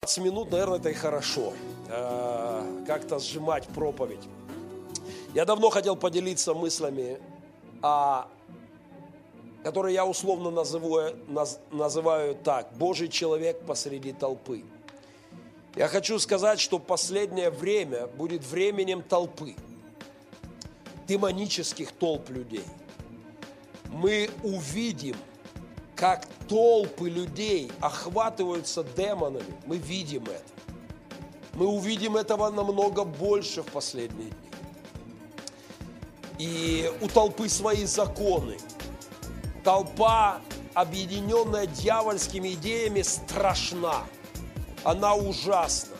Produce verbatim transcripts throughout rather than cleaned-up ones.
минут, наверное, это и хорошо, как-то сжимать проповедь. Я давно хотел поделиться мыслями, которые я условно называю, называю так: Божий человек посреди толпы. Я хочу сказать, что последнее время будет временем толпы, демонических толп людей. Мы увидим, как толпы людей охватываются демонами. Мы видим это. Мы увидим этого намного больше в последние дни. И у толпы свои законы. Толпа, объединенная дьявольскими идеями, страшна. Она ужасна.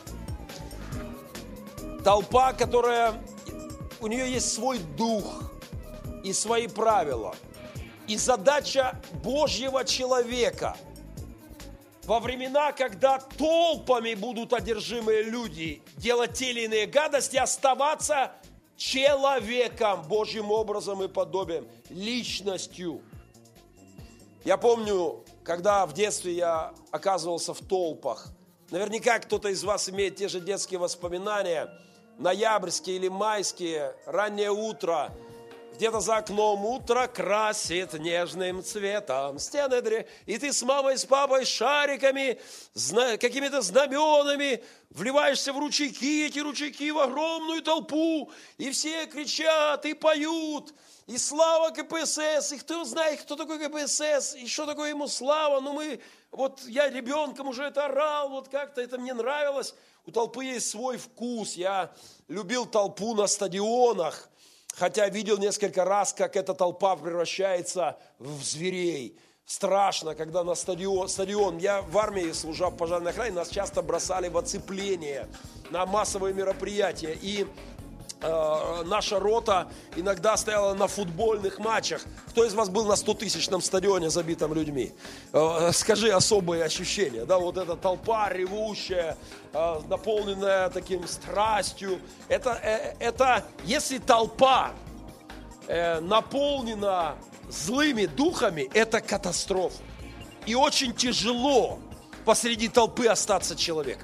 Толпа, которая... У нее есть свой дух и свои правила. И задача Божьего человека во времена, когда толпами будут одержимые люди делать те или иные гадости, оставаться человеком, Божьим образом и подобием, личностью. Я помню, когда в детстве я оказывался в толпах, наверняка кто-то из вас имеет те же детские воспоминания, ноябрьские или майские, раннее утро, где-то за окном утро красит нежным цветом стены, и ты с мамой, с папой, шариками, какими-то знаменами вливаешься в ручейки, эти ручейки в огромную толпу, и все кричат и поют, и слава КПСС, и кто знает, кто такой КПСС, и что такое ему слава, ну мы, вот я ребенком уже это орал, вот как-то это мне нравилось. У толпы есть свой вкус, я любил толпу на стадионах, хотя видел несколько раз, как эта толпа превращается в зверей. Страшно, когда на стадион, стадион, я в армии, служа в пожарной охране, нас часто бросали в оцепление на массовые мероприятия. И э, наша рота иногда стояла на футбольных матчах. Кто из вас был на стотысячном стадионе, забитом людьми? Э, скажи особые ощущения. Да, вот эта толпа ревущая, э, наполненная таким страстью. Это, э, это если толпа э, наполнена злыми духами, это катастрофа. И очень тяжело посреди толпы остаться человеком.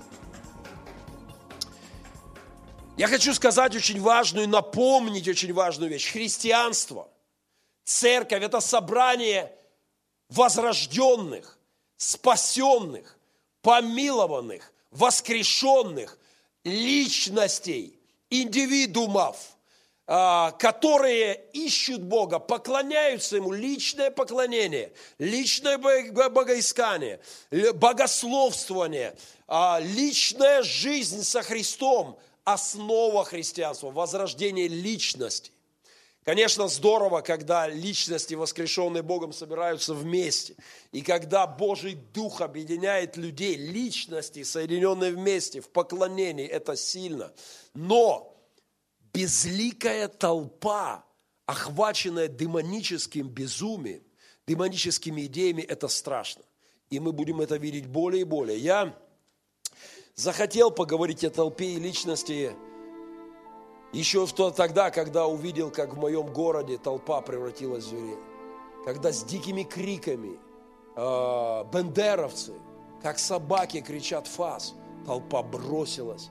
Я хочу сказать очень важную, напомнить очень важную вещь. Христианство, церковь – это собрание возрожденных, спасенных, помилованных, воскрешенных личностей, индивидуумов, которые ищут Бога, поклоняются Ему, личное поклонение, личное богоискание, богословствование, личная жизнь со Христом, основа христианства, возрождение личности. Конечно, здорово, когда личности, воскрешенные Богом, собираются вместе, и когда Божий Дух объединяет людей, личности, соединенные вместе в поклонении, это сильно. Но безликая толпа, охваченная демоническим безумием, демоническими идеями, это страшно. И мы будем это видеть более и более. Я захотел поговорить о толпе и личности еще в то, тогда, когда увидел, как в моем городе толпа превратилась в зверей. Когда с дикими криками э, бендеровцы, как собаки кричат фас, толпа бросилась.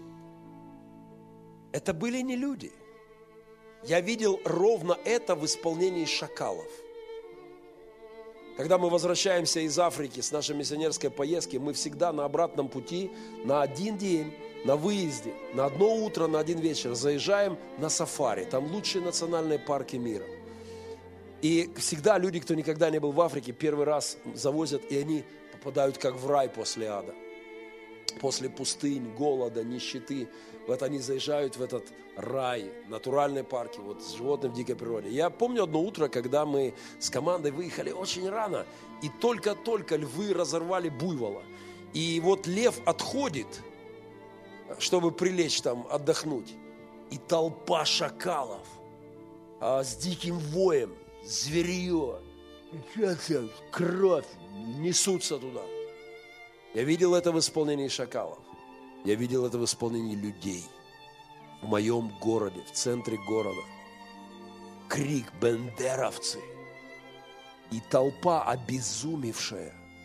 Это были не люди. Я видел ровно это в исполнении шакалов. Когда мы возвращаемся из Африки с нашей миссионерской поездки, мы всегда на обратном пути, на один день, на выезде, на одно утро, на один вечер заезжаем на сафари. Там лучшие национальные парки мира. И всегда люди, кто никогда не был в Африке, первый раз завозят, и они попадают как в рай после ада. После пустынь, голода, нищеты. Вот они заезжают в этот рай, натуральные парки, вот с животным в дикой природе. Я помню одно утро, когда мы с командой выехали очень рано, и только-только львы разорвали буйвола. И вот лев отходит, чтобы прилечь там, отдохнуть. И толпа шакалов а, с диким воем, зверье, кровь, несутся туда. Я видел это в исполнении шакалов. Я видел это в исполнении людей. В моем городе, в центре города. Крик бендеровцы. И толпа обезумевшая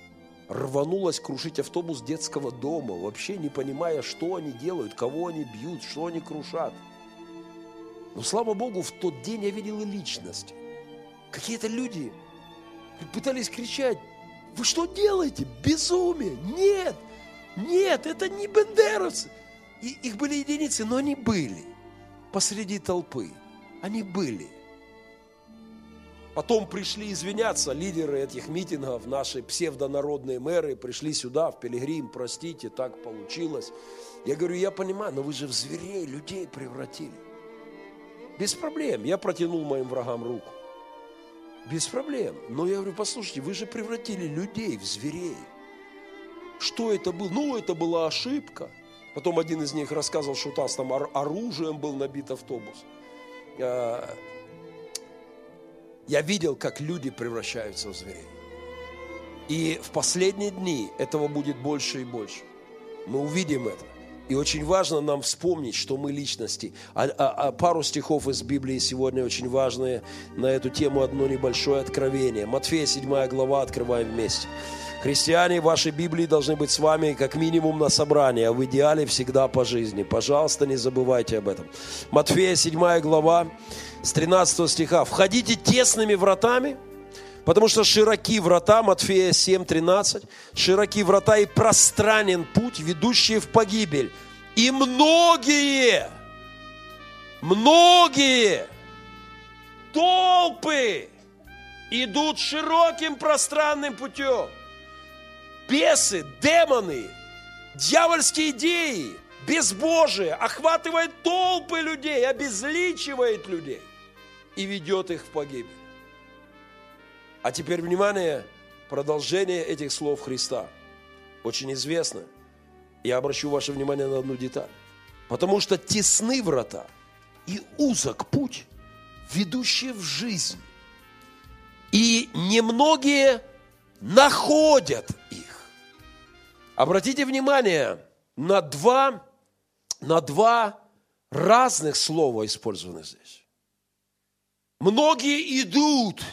рванулась крушить автобус детского дома, вообще не понимая, что они делают, кого они бьют, что они крушат. Но, слава Богу, в тот день я видел и личности. Какие-то люди пытались кричать: вы что делаете? Безумие! Нет! Нет, это не бандеровцы! И их были единицы, но они были посреди толпы. Они были. Потом пришли извиняться лидеры этих митингов, наши псевдонародные мэры, пришли сюда, в Пилигрим, простите, так получилось. Я говорю, я понимаю, но вы же в зверей людей превратили. Без проблем. Я протянул моим врагам руку. Без проблем. Но я говорю, послушайте, вы же превратили людей в зверей. Что это было? Ну, это была ошибка. Потом один из них рассказывал, что у нас там оружием был набит автобус. Я видел, как люди превращаются в зверей. И в последние дни этого будет больше и больше. Мы увидим это. И очень важно нам вспомнить, что мы личности. А, а, а пару стихов из Библии сегодня очень важные на эту тему, одно небольшое откровение. Матфея седьмая глава, открываем вместе. Христиане, ваши Библии должны быть с вами как минимум на собрании, а в идеале всегда по жизни. Пожалуйста, не забывайте об этом. Матфея седьмая глава, с тринадцатого стиха. «Входите тесными вратами, потому что широки врата», Матфея семь тринадцать, «широки врата и пространен путь, ведущий в погибель. И многие, многие толпы идут широким пространным путем». Бесы, демоны, дьявольские идеи, безбожие охватывает толпы людей, обезличивает людей и ведет их в погибель. А теперь, внимание, продолжение этих слов Христа. Очень известно. Я обращу ваше внимание на одну деталь. Потому что тесны врата и узок путь, ведущий в жизнь. И немногие находят их. Обратите внимание на два, на два разных слова, использованных здесь. Многие идут,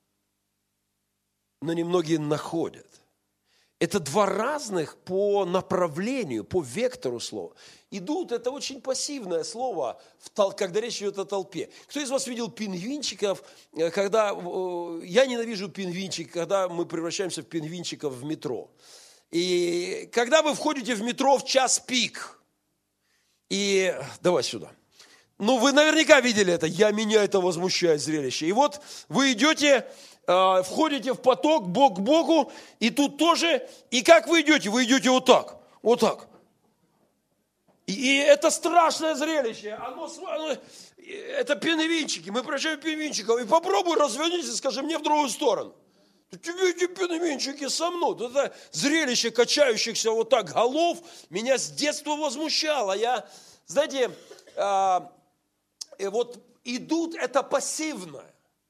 но немногие находят. Это два разных по направлению, по вектору слова. Идут – это очень пассивное слово, когда речь идет о толпе. Кто из вас видел пингвинчиков, когда… Я ненавижу пингвинчик, когда мы превращаемся в пингвинчиков в метро. И когда вы входите в метро в час пик, и… Давай сюда. Ну, вы наверняка видели это. Я, меня это возмущает зрелище. И вот вы идете… входите в поток бок к боку, и тут тоже, и как вы идете? Вы идете вот так, вот так. И, и это страшное зрелище. Оно, оно, это пингвинчики, мы прощаем пингвинчиков. И попробуй развернись и скажи мне в другую сторону. Тебе эти пингвинчики сомнут. Это зрелище качающихся вот так голов меня с детства возмущало. Я, знаете, а, вот идут, это пассивно.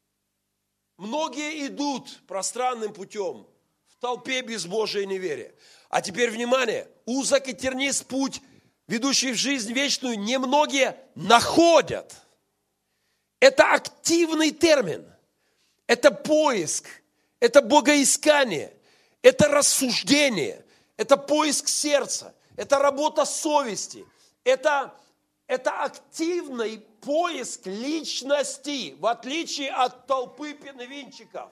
Многие идут пространным путем в толпе безбожия и неверия. А теперь внимание, узок и тернист путь, ведущий в жизнь вечную, немногие находят. Это активный термин, это поиск, это богоискание, это рассуждение, это поиск сердца, это работа совести, это, это активный поиск личности, в отличие от толпы пингвинчиков.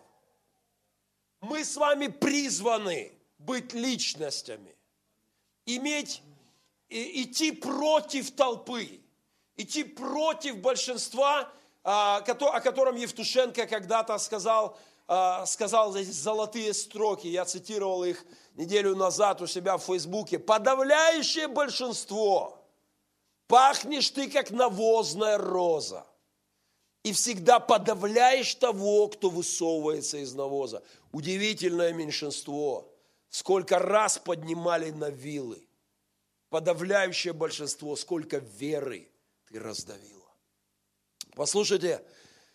Мы с вами призваны быть личностями, иметь, и, идти против толпы, идти против большинства, о котором Евтушенко когда-то сказал, сказал здесь золотые строки, я цитировал их неделю назад у себя в Фейсбуке. Подавляющее большинство. Пахнешь ты, как навозная роза. И всегда подавляешь того, кто высовывается из навоза. Удивительное меньшинство. Сколько раз поднимали на вилы. Подавляющее большинство. Сколько веры ты раздавила. Послушайте,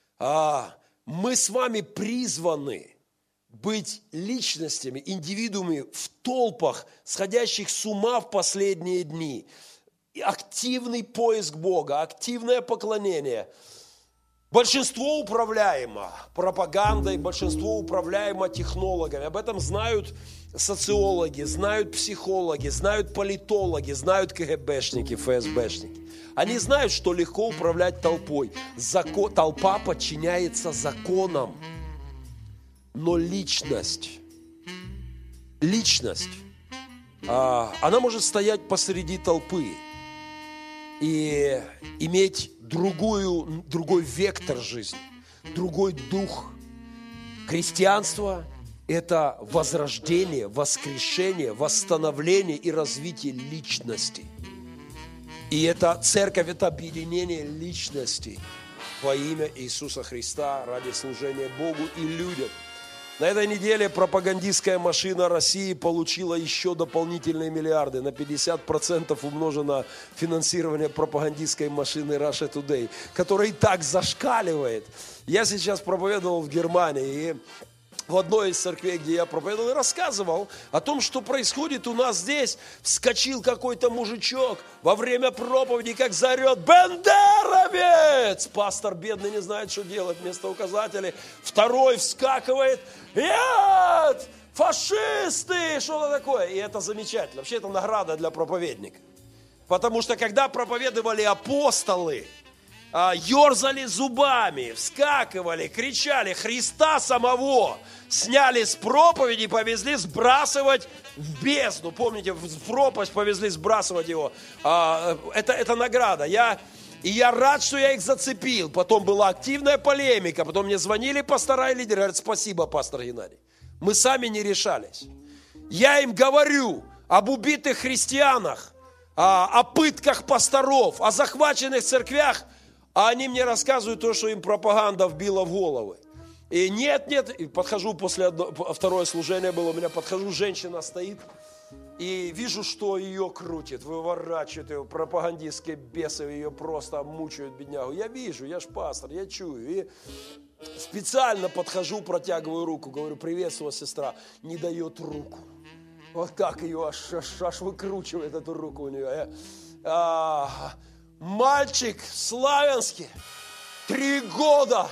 мы с вами призваны быть личностями, индивидуумами в толпах, сходящих с ума в последние дни. Активный поиск Бога, активное поклонение. Большинство управляемо пропагандой, большинство управляемо технологами. Об этом знают социологи, знают психологи, знают политологи, знают КГБшники, ФСБшники. Они знают, что легко управлять толпой. Закон, толпа подчиняется законам. Но личность, личность, а, она может стоять посреди толпы и иметь другую, другой вектор жизни, другой дух. Христианство – это возрождение, воскрешение, восстановление и развитие личности. И это церковь – это объединение личностей во имя Иисуса Христа ради служения Богу и людям. На этой неделе пропагандистская машина России получила еще дополнительные миллиарды. На пятьдесят процентов умножено финансирование пропагандистской машины Russia Today, которая и так зашкаливает. Я сейчас проповедовал в Германии, и в одной из церквей, где я проповедовал, и рассказывал о том, что происходит у нас здесь. Вскочил какой-то мужичок во время проповеди, как заорет: «Бендеровец!» Пастор бедный не знает, что делать вместо указателей. Второй вскакивает: «Нет! Фашисты!» Что-то такое. И это замечательно. Вообще, это награда для проповедника. Потому что, когда проповедовали апостолы, ерзали зубами, вскакивали, кричали, Христа самого сняли с проповеди и повезли сбрасывать в бездну. Помните, в пропасть повезли сбрасывать его. Это, это награда. Я, и я рад, что я их зацепил. Потом была активная полемика. Потом мне звонили пастора и лидеры. Говорят: «Спасибо, пастор Геннадий. Мы сами не решались». Я им говорю об убитых христианах, о пытках пасторов, о захваченных церквях. А они мне рассказывают то, что им пропаганда вбила в головы. И нет, нет, и подхожу после одного, второе служение было у меня, подхожу, женщина стоит, и вижу, что ее крутит, выворачивает ее, пропагандистские бесы ее просто мучают, беднягу. Я вижу, я ж пастор, я чую. И специально подхожу, протягиваю руку, говорю: «Приветствую, сестра». Не дает руку. Вот так ее аж, аж, аж выкручивает, эту руку у нее. А, мальчик в Славянске три года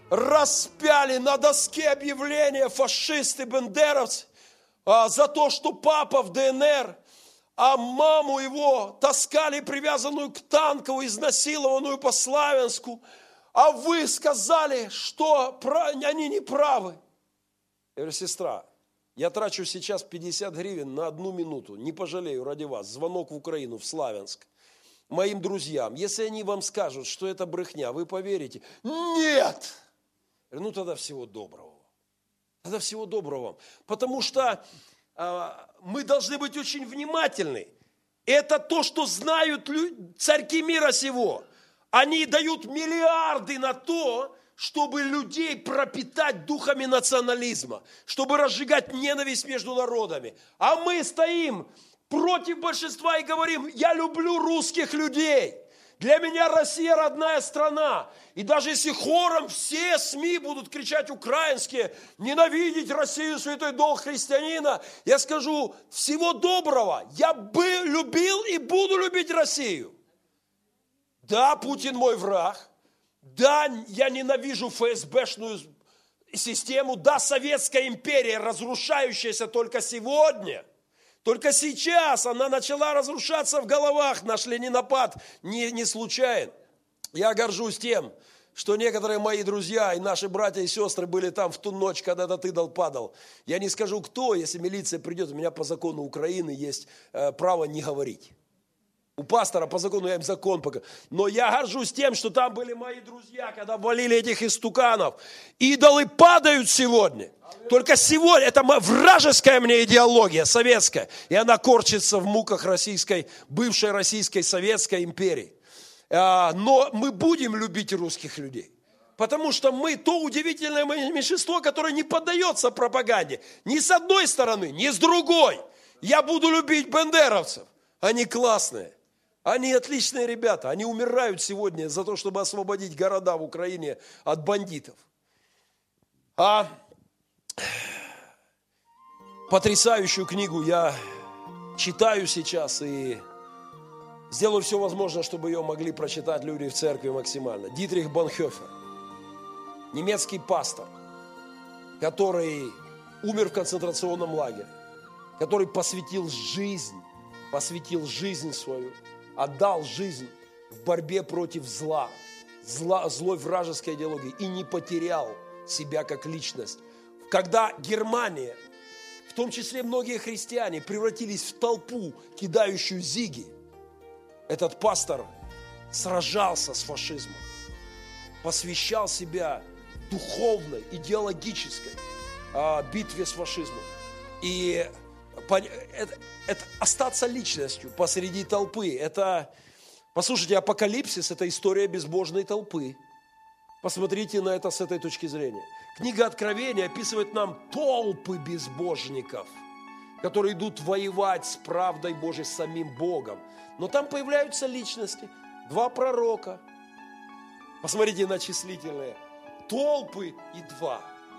распяли на доске объявления фашисты-бендеровцы а, за то, что папа в ДНР, а маму его таскали привязанную к танку, изнасилованную по Славянску, а вы сказали, что они не правы. Я говорю: «Сестра, я трачу сейчас пятьдесят гривен на одну минуту, не пожалею ради вас, звонок в Украину, в Славянск, моим друзьям. Если они вам скажут, что это брехня, вы поверите?» «Нет!» Я говорю: «Ну тогда всего доброго. Тогда всего доброго вам». Потому что э, мы должны быть очень внимательны. Это то, что знают царьки мира сего. Они дают миллиарды на то, чтобы людей пропитать духами национализма, чтобы разжигать ненависть между народами. А мы стоим против большинства и говорим: «Я люблю русских людей. Для меня Россия родная страна». И даже если хором все СМИ будут кричать украинские, ненавидеть Россию, святой долг христианина, я скажу: всего доброго. Я бы любил и буду любить Россию. Да, Путин мой враг. Да, я ненавижу ФСБшную систему. Да, Советская империя, разрушающаяся только сегодня. Только сейчас она начала разрушаться в головах. Наш ленинопад не, не случайен. Я горжусь тем, что некоторые мои друзья и наши братья и сестры были там в ту ночь, когда этот идол падал. Я не скажу, кто, если милиция придет, у меня по закону Украины есть э, право не говорить. У пастора по закону я им закон покажу. Но я горжусь тем, что там были мои друзья, когда валили этих истуканов. Идолы падают сегодня. Только сегодня, это вражеская мне идеология, советская. И она корчится в муках российской, бывшей российской советской империи. Но мы будем любить русских людей. Потому что мы то удивительное меньшинство, которое не поддается пропаганде. Ни с одной стороны, ни с другой. Я буду любить бендеровцев. Они классные. Они отличные ребята. Они умирают сегодня за то, чтобы освободить города в Украине от бандитов. А потрясающую книгу я читаю сейчас и сделаю все возможное, чтобы ее могли прочитать люди в церкви максимально. Дитрих Бонхофер. немецкий пастор, который умер в концентрационном лагере, который посвятил жизнь, посвятил жизнь свою, отдал жизнь в борьбе против зла, зла, злой вражеской идеологии и не потерял себя как личность. Когда Германия, в том числе многие христиане, превратились в толпу, кидающую зиги, этот пастор сражался с фашизмом, посвящал себя духовной, идеологической а, битве с фашизмом. И это, это остаться личностью посреди толпы. Это, послушайте, Апокалипсис – это история безбожной толпы. Посмотрите на это с этой точки зрения. Книга Откровения описывает нам толпы безбожников, которые идут воевать с правдой Божией, с самим Богом. Но там появляются личности, два пророка. Посмотрите на числительные. Толпы и два.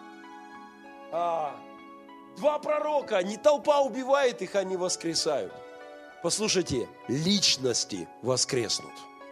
А, два пророка, не толпа убивает их, они воскресают. Послушайте, личности воскреснут.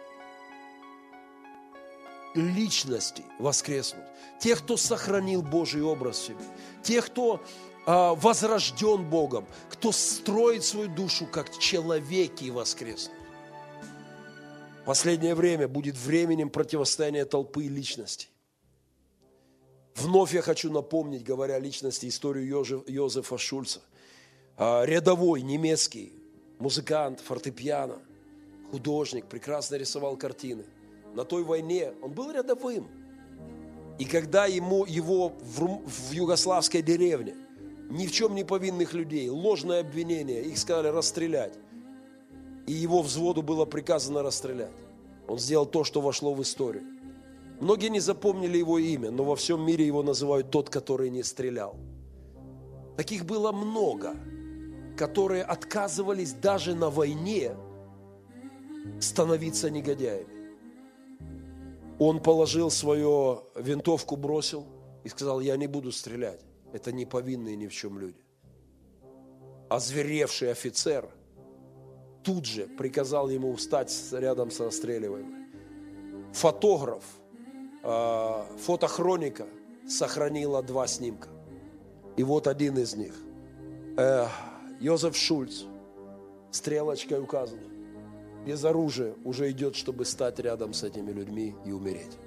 Личности воскреснут. Те, кто сохранил Божий образ в себе. Те, кто э, возрожден Богом. Кто строит свою душу как человеки, воскреснут. Последнее время будет временем противостояния толпы и личностей. Вновь я хочу напомнить, говоря о личности, историю Йозефа Шульца. Э, рядовой немецкий музыкант, фортепиано, художник, прекрасно рисовал картины. На той войне он был рядовым. И когда ему, его в, в югославской деревне, ни в чем не повинных людей, ложное обвинение, их сказали расстрелять. И его взводу было приказано расстрелять. Он сделал то, что вошло в историю. Многие не запомнили его имя, но во всем мире его называют тот, который не стрелял. Таких было много, которые отказывались даже на войне становиться негодяями. Он положил свою винтовку, бросил и сказал: я не буду стрелять. Это не повинные ни в чем люди. Озверевший офицер тут же приказал ему встать рядом с расстреливаемым. Фотограф, фотохроника сохранила два снимка. И вот один из них. Йозеф Шульц, стрелочкой указано, без оружия уже идет, чтобы стать рядом с этими людьми и умереть.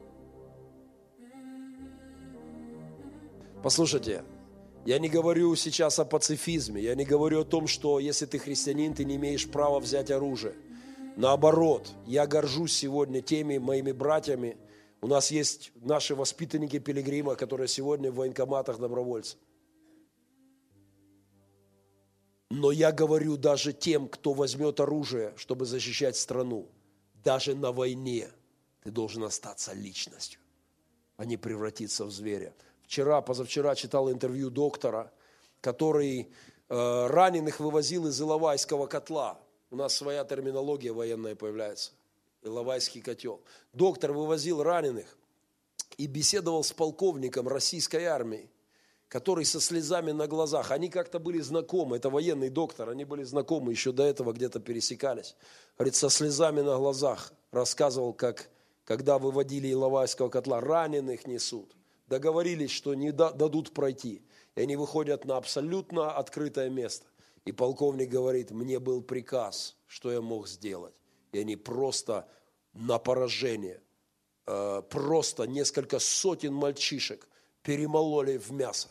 Послушайте, я не говорю сейчас о пацифизме, я не говорю о том, что если ты христианин, ты не имеешь права взять оружие. Наоборот, я горжусь сегодня теми моими братьями. У нас есть наши воспитанники пилигрима, которые сегодня в военкоматах добровольцев. Но я говорю даже тем, кто возьмет оружие, чтобы защищать страну, даже на войне ты должен остаться личностью, а не превратиться в зверя. Вчера, позавчера читал интервью доктора, который э, раненых вывозил из Иловайского котла. У нас своя терминология военная появляется. Иловайский котел. Доктор вывозил раненых и беседовал с полковником российской армии, который со слезами на глазах, они как-то были знакомы, это военный доктор, они были знакомы, еще до этого где-то пересекались. Говорит, со слезами на глазах рассказывал, как, когда выводили Иловайского котла, раненых несут. Договорились, что не дадут пройти. И они выходят на абсолютно открытое место. И полковник говорит, мне был приказ, что я мог сделать. И они просто на поражение, просто несколько сотен мальчишек перемололи в мясо.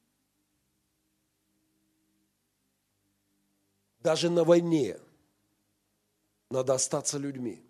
Даже на войне надо остаться людьми.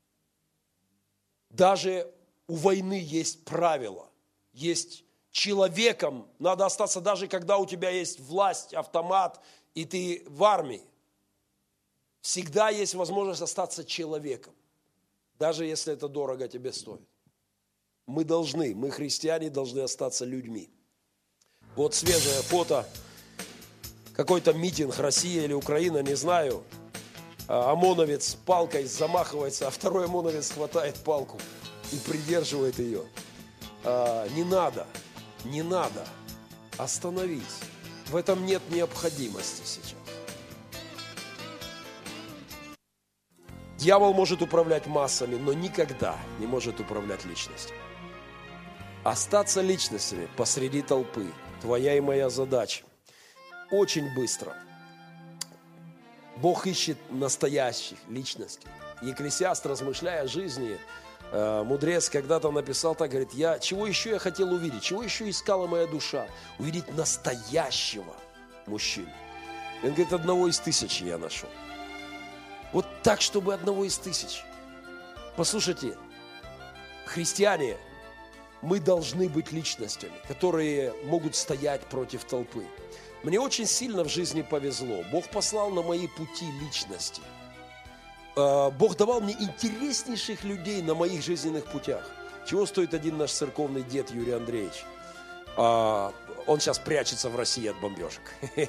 Даже у войны есть правила, есть человеком, надо остаться, даже когда у тебя есть власть, автомат, и ты в армии. Всегда есть возможность остаться человеком, даже если это дорого тебе стоит. Мы должны, мы, христиане, должны остаться людьми. Вот свежее фото, какой-то митинг, Россия или Украина, не знаю. ОМОНовец палкой замахивается, а второй ОМОНовец хватает палку и придерживает ее. Не надо, не надо, остановись. В этом нет необходимости сейчас. Дьявол может управлять массами, но никогда не может управлять личностью. Остаться личностями посреди толпы. Твоя и моя задача. Очень быстро. Бог ищет настоящих личностей. Екклесиаст, размышляя о жизни, мудрец когда-то написал так, говорит, я, чего еще я хотел увидеть, чего еще искала моя душа? Увидеть настоящего мужчину. Он говорит, одного из тысячи я нашел. Вот так, чтобы одного из тысяч. Послушайте, христиане, мы должны быть личностями, которые могут стоять против толпы. Мне очень сильно в жизни повезло. Бог послал на мои пути личности. Бог давал мне интереснейших людей на моих жизненных путях. Чего стоит один наш церковный дед Юрий Андреевич? Он сейчас прячется в России от бомбежек.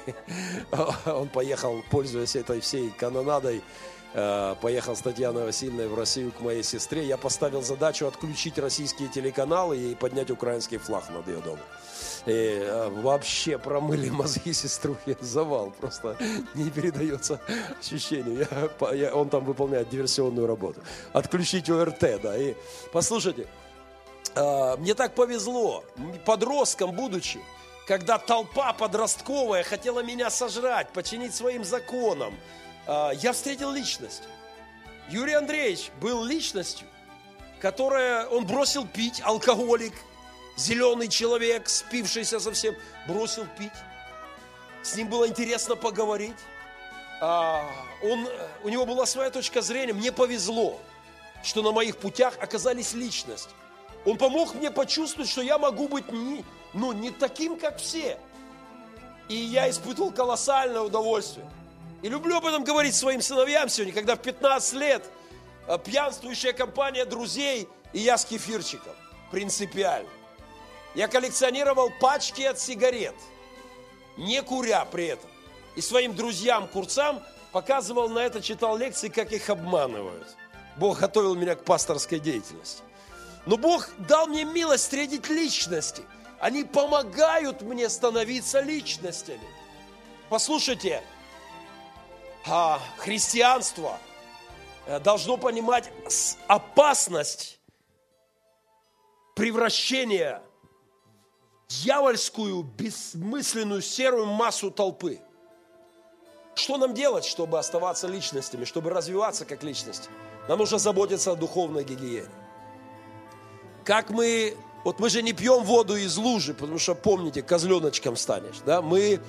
Он поехал, пользуясь этой всей канонадой, поехал с Татьяной Васильевной в Россию к моей сестре. Я поставил задачу отключить российские телеканалы и поднять украинский флаг над ее домом. И вообще промыли мозги сеструхи, завал, просто не передается ощущению. Я, я, он там выполняет диверсионную работу. Отключить ОРТ, да. И послушайте, э, мне так повезло, подростком будучи, когда толпа подростковая хотела меня сожрать, подчинить своим законам, э, я встретил личность. Юрий Андреевич был личностью, которая, он бросил пить, алкоголик, зеленый человек, спившийся совсем, бросил пить. С ним было интересно поговорить. А, он, у него была своя точка зрения. Мне повезло, что на моих путях оказались личности. Он помог мне почувствовать, что я могу быть не, ну, не таким, как все. И я испытывал колоссальное удовольствие. И люблю об этом говорить своим сыновьям сегодня, когда в пятнадцать лет пьянствующая компания друзей, и я с кефирчиком. Принципиально. Я коллекционировал пачки от сигарет, не куря при этом. И своим друзьям, курцам показывал на это, читал лекции, как их обманывают. Бог готовил меня к пасторской деятельности. Но Бог дал мне милость встретить личности. Они помогают мне становиться личностями. Послушайте, христианство должно понимать опасность превращения дьявольскую, бессмысленную, серую массу толпы. Что нам делать, чтобы оставаться личностями, чтобы развиваться как личность? Нам нужно заботиться о духовной гигиене. Как мы, вот мы же не пьем воду из лужи, потому что, помните, козленочком станешь, да? Мы,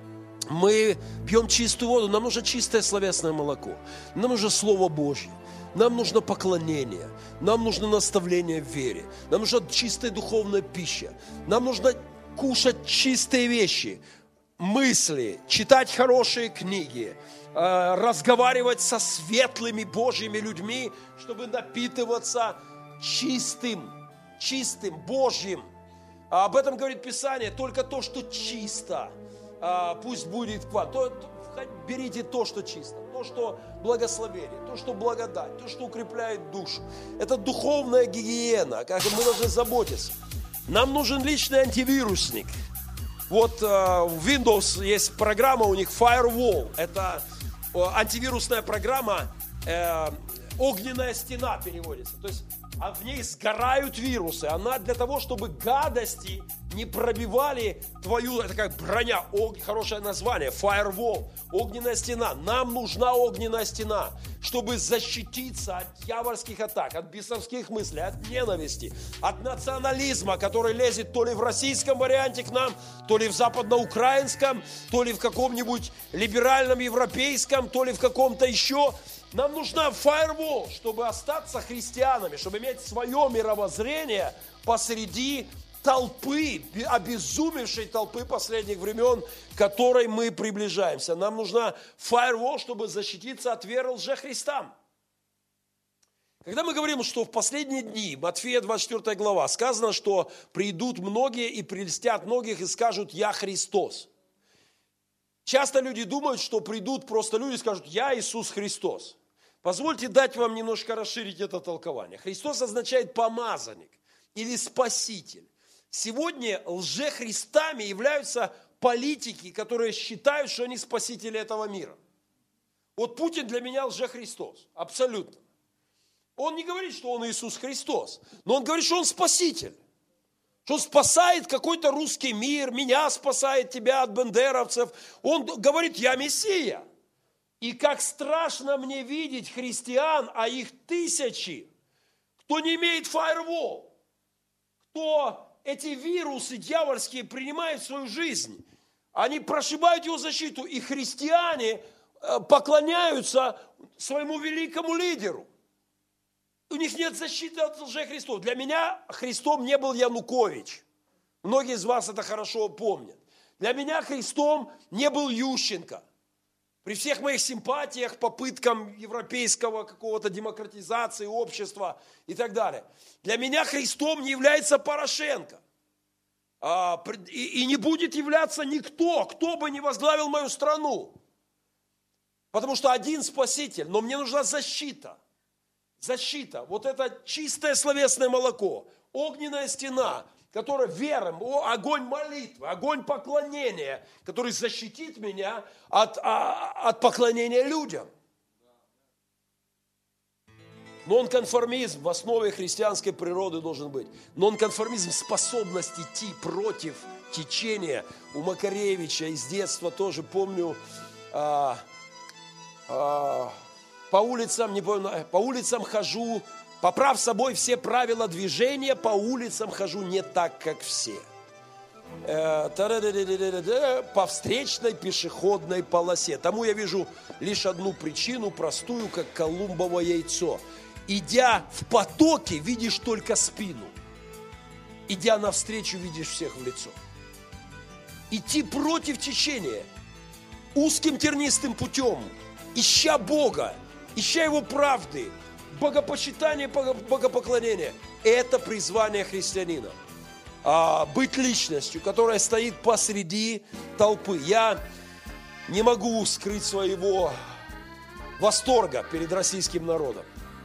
мы пьем чистую воду, нам нужно чистое словесное молоко, нам нужно Слово Божье. Нам нужно поклонение, нам нужно наставление в вере, нам нужна чистая духовная пища, нам нужно кушать чистые вещи, мысли, читать хорошие книги, разговаривать со светлыми Божьими людьми, чтобы напитываться чистым, чистым, Божьим. Об этом говорит Писание, только то, что чисто, пусть будет к вам. Берите то, что чисто, то, что благословение, то, что благодать, то, что укрепляет душу. Это духовная гигиена, как мы должны заботиться. Нам нужен личный антивирусник. Вот э, в Windows есть программа у них Firewall. Это э, антивирусная программа, э, огненная стена переводится. То есть а в ней сгорают вирусы. Она для того, чтобы гадости не пробивали твою, это как броня, ог, хорошее название, firewall, огненная стена. Нам нужна огненная стена, чтобы защититься от дьявольских атак, от бесовских мыслей, от ненависти, от национализма, который лезет то ли в российском варианте к нам, то ли в западноукраинском, то ли в каком-нибудь либеральном европейском, то ли в каком-то еще. Нам нужна firewall, чтобы остаться христианами, чтобы иметь свое мировоззрение посреди толпы, обезумевшей толпы последних времен, к которой мы приближаемся. Нам нужна firewall, чтобы защититься от веры лжехристам. Когда мы говорим, что в последние дни, Матфея двадцать четвёртая глава, сказано, что придут многие и прельстят многих и скажут «Я Христос». Часто люди думают, что придут просто люди и скажут «Я Иисус Христос». Позвольте дать вам немножко расширить это толкование. Христос означает помазанник или спаситель. Сегодня лжехристами являются политики, которые считают, что они спасители этого мира. Вот Путин для меня лжехристос, абсолютно. Он не говорит, что он Иисус Христос, но он говорит, что он спаситель. Что спасает какой-то русский мир, меня спасает, тебя от бендеровцев. Он говорит, я Мессия. И как страшно мне видеть христиан, а их тысячи, кто не имеет фаервол, кто эти вирусы дьявольские принимает в свою жизнь. Они прошибают его защиту, и христиане поклоняются своему великому лидеру. У них нет защиты от лжехристов. Для меня Христом не был Янукович. Многие из вас это хорошо помнят. Для меня Христом не был Ющенко. При всех моих симпатиях, попыткам европейского какого-то демократизации общества и так далее. Для меня Христом не является Порошенко. И не будет являться никто, кто бы не возглавил мою страну. Потому что один Спаситель, но мне нужна защита. Защита, вот это чистое словесное молоко, огненная стена, которая вером, огонь молитвы, огонь поклонения, который защитит меня от, от поклонения людям. Нонконформизм в основе христианской природы должен быть. Нонконформизм – способность идти против течения. У Макаревича из детства тоже помню, а, а, по улицам, не помню, по улицам хожу, поправ собой все правила движения, по улицам хожу не так, как все. По встречной пешеходной полосе. Тому я вижу лишь одну причину, простую, как колумбово яйцо. Идя в потоке, видишь только спину. Идя навстречу, видишь всех в лицо. Идти против течения, узким тернистым путем, ища Бога, ища Его правды, богопочитание, богопоклонение. Это призвание христианина. А, быть личностью, которая стоит посреди толпы. Я не могу скрыть своего восторга перед российским народом.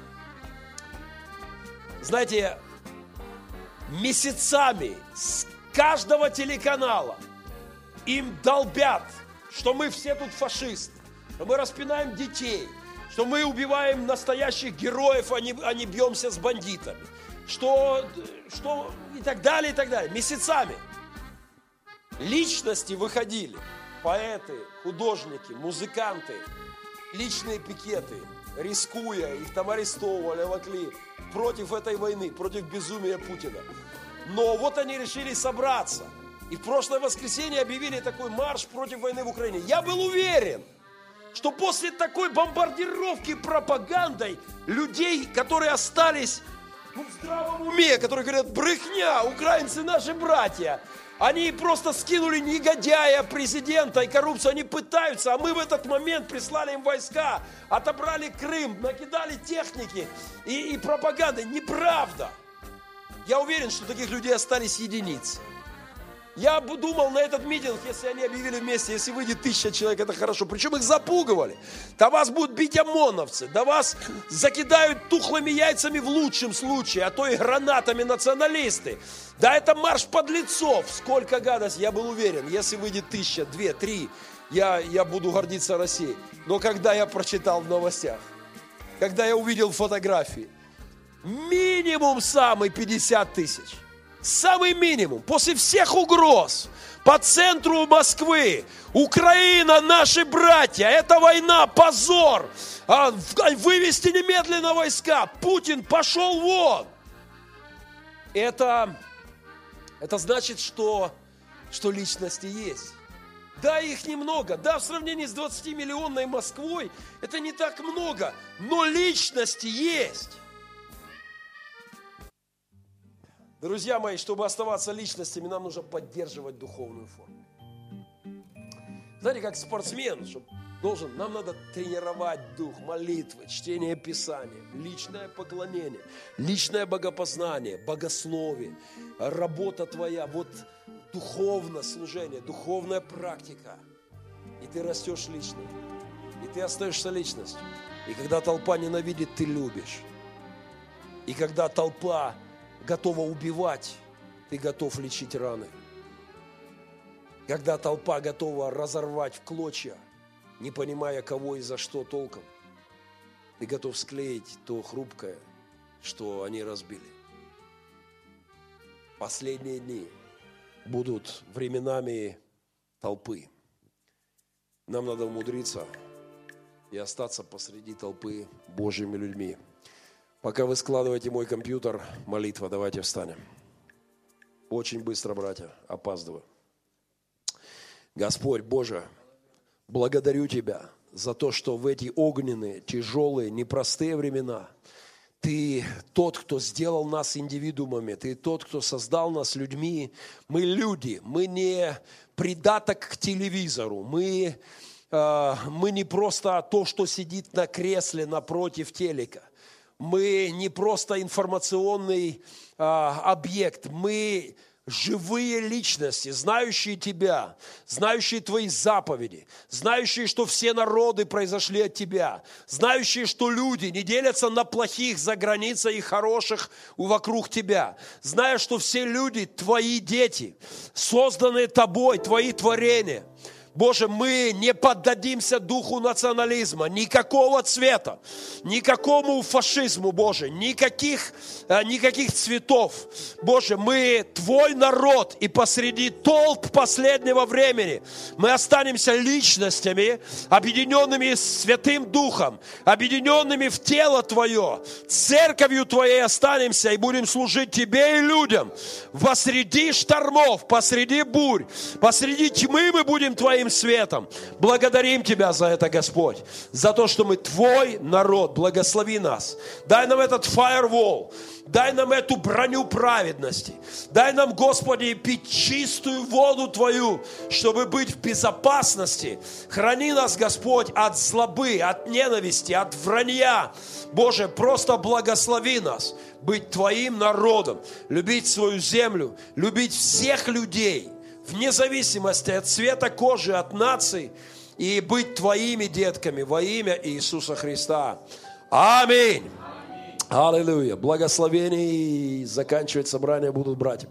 Знаете, месяцами с каждого телеканала им долбят, что мы все тут фашисты, что мы распинаем детей, что мы убиваем настоящих героев, а не, а не бьемся с бандитами, что, что и так далее, и так далее. Месяцами личности выходили, поэты, художники, музыканты, личные пикеты, рискуя, их там арестовывали, волокли против этой войны, против безумия Путина. Но вот они решили собраться. И в прошлое воскресенье объявили такой марш против войны в Украине. Я был уверен, что после такой бомбардировки пропагандой людей, которые остались ну, в здравом уме, которые говорят, брехня, украинцы наши братья, они просто скинули негодяя, президента и коррупцию, они пытаются, а мы в этот момент прислали им войска, отобрали Крым, накидали техники и, и пропаганды. Неправда. Я уверен, что таких людей остались единицы. Я бы думал на этот митинг, если они объявили вместе, если выйдет тысяча человек, это хорошо. Причем их запугивали. Да вас будут бить ОМОНовцы, да вас закидают тухлыми яйцами в лучшем случае, а то и гранатами националисты. Да это марш подлецов. Сколько гадостей. Я был уверен, если выйдет тысяча, две, три, я, я буду гордиться Россией. Но когда я прочитал в новостях, когда я увидел фотографии, минимум самый пятьдесят тысяч. Самый минимум. После всех угроз по центру Москвы. Украина, наши братья. Это война, позор. Вывести немедленно войска. Путин пошел вон. Это, это значит, что, что личности есть. Да, их немного. Да, в сравнении с двадцатимиллионной Москвой это не так много. Но личности есть. Друзья мои, чтобы оставаться личностями, нам нужно поддерживать духовную форму. Знаете, как спортсмен, чтобы должен, нам надо тренировать дух, молитвы, чтение Писания, личное поклонение, личное богопознание, богословие, работа твоя, вот духовное служение, духовная практика. И ты растешь лично, и ты остаешься личностью. И когда толпа ненавидит, ты любишь. И когда толпа готова убивать, ты готов лечить раны. Когда толпа готова разорвать в клочья, не понимая, кого и за что толком, ты готов склеить то хрупкое, что они разбили. последние дни будут временами толпы. Нам надо умудриться и остаться посреди толпы Божьими людьми. Пока вы складываете мой компьютер, молитва, давайте встанем. Очень быстро, братья, опаздываю. Господь Боже, благодарю Тебя за то, что в эти огненные, тяжелые, непростые времена Ты тот, кто сделал нас индивидуумами, Ты тот, кто создал нас людьми. Мы люди, мы не придаток к телевизору, мы, э, мы не просто то, что сидит на кресле напротив телека. Мы не просто информационный э, объект, мы живые личности, знающие Тебя, знающие Твои заповеди, знающие, что все народы произошли от Тебя, знающие, что люди не делятся на плохих за границей и хороших вокруг Тебя, зная, что все люди Твои дети, созданные Тобой, Твои творения. Боже, мы не поддадимся духу национализма, никакого цвета, никакому фашизму, Боже, никаких, никаких цветов. Боже, мы Твой народ, и посреди толп последнего времени мы останемся личностями, объединенными Святым Духом, объединенными в тело Твое, церковью Твоей останемся и будем служить Тебе и людям. Посреди штормов, посреди бурь, посреди тьмы мы будем Твоим светом. Благодарим Тебя за это, Господь, за то, что мы Твой народ. Благослови нас. Дай нам этот firewall, дай нам эту броню праведности. Дай нам, Господи, пить чистую воду Твою, чтобы быть в безопасности. Храни нас, Господь, от злобы, от ненависти, от вранья. Боже, просто благослови нас быть Твоим народом, любить свою землю, любить всех людей, вне зависимости от цвета кожи, от нации, и быть Твоими детками во имя Иисуса Христа. Аминь. Аллилуйя. Благословение и заканчивать собрание будут братья.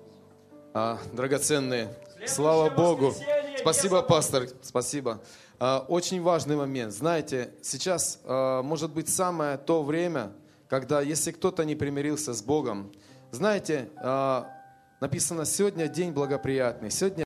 А, драгоценные, слава Богу. Спасибо, пастор, спасибо. А, очень важный момент. Знаете, сейчас а, может быть самое то время, когда, если кто-то не примирился с Богом, знаете, а, написано, сегодня день благоприятный, сегодня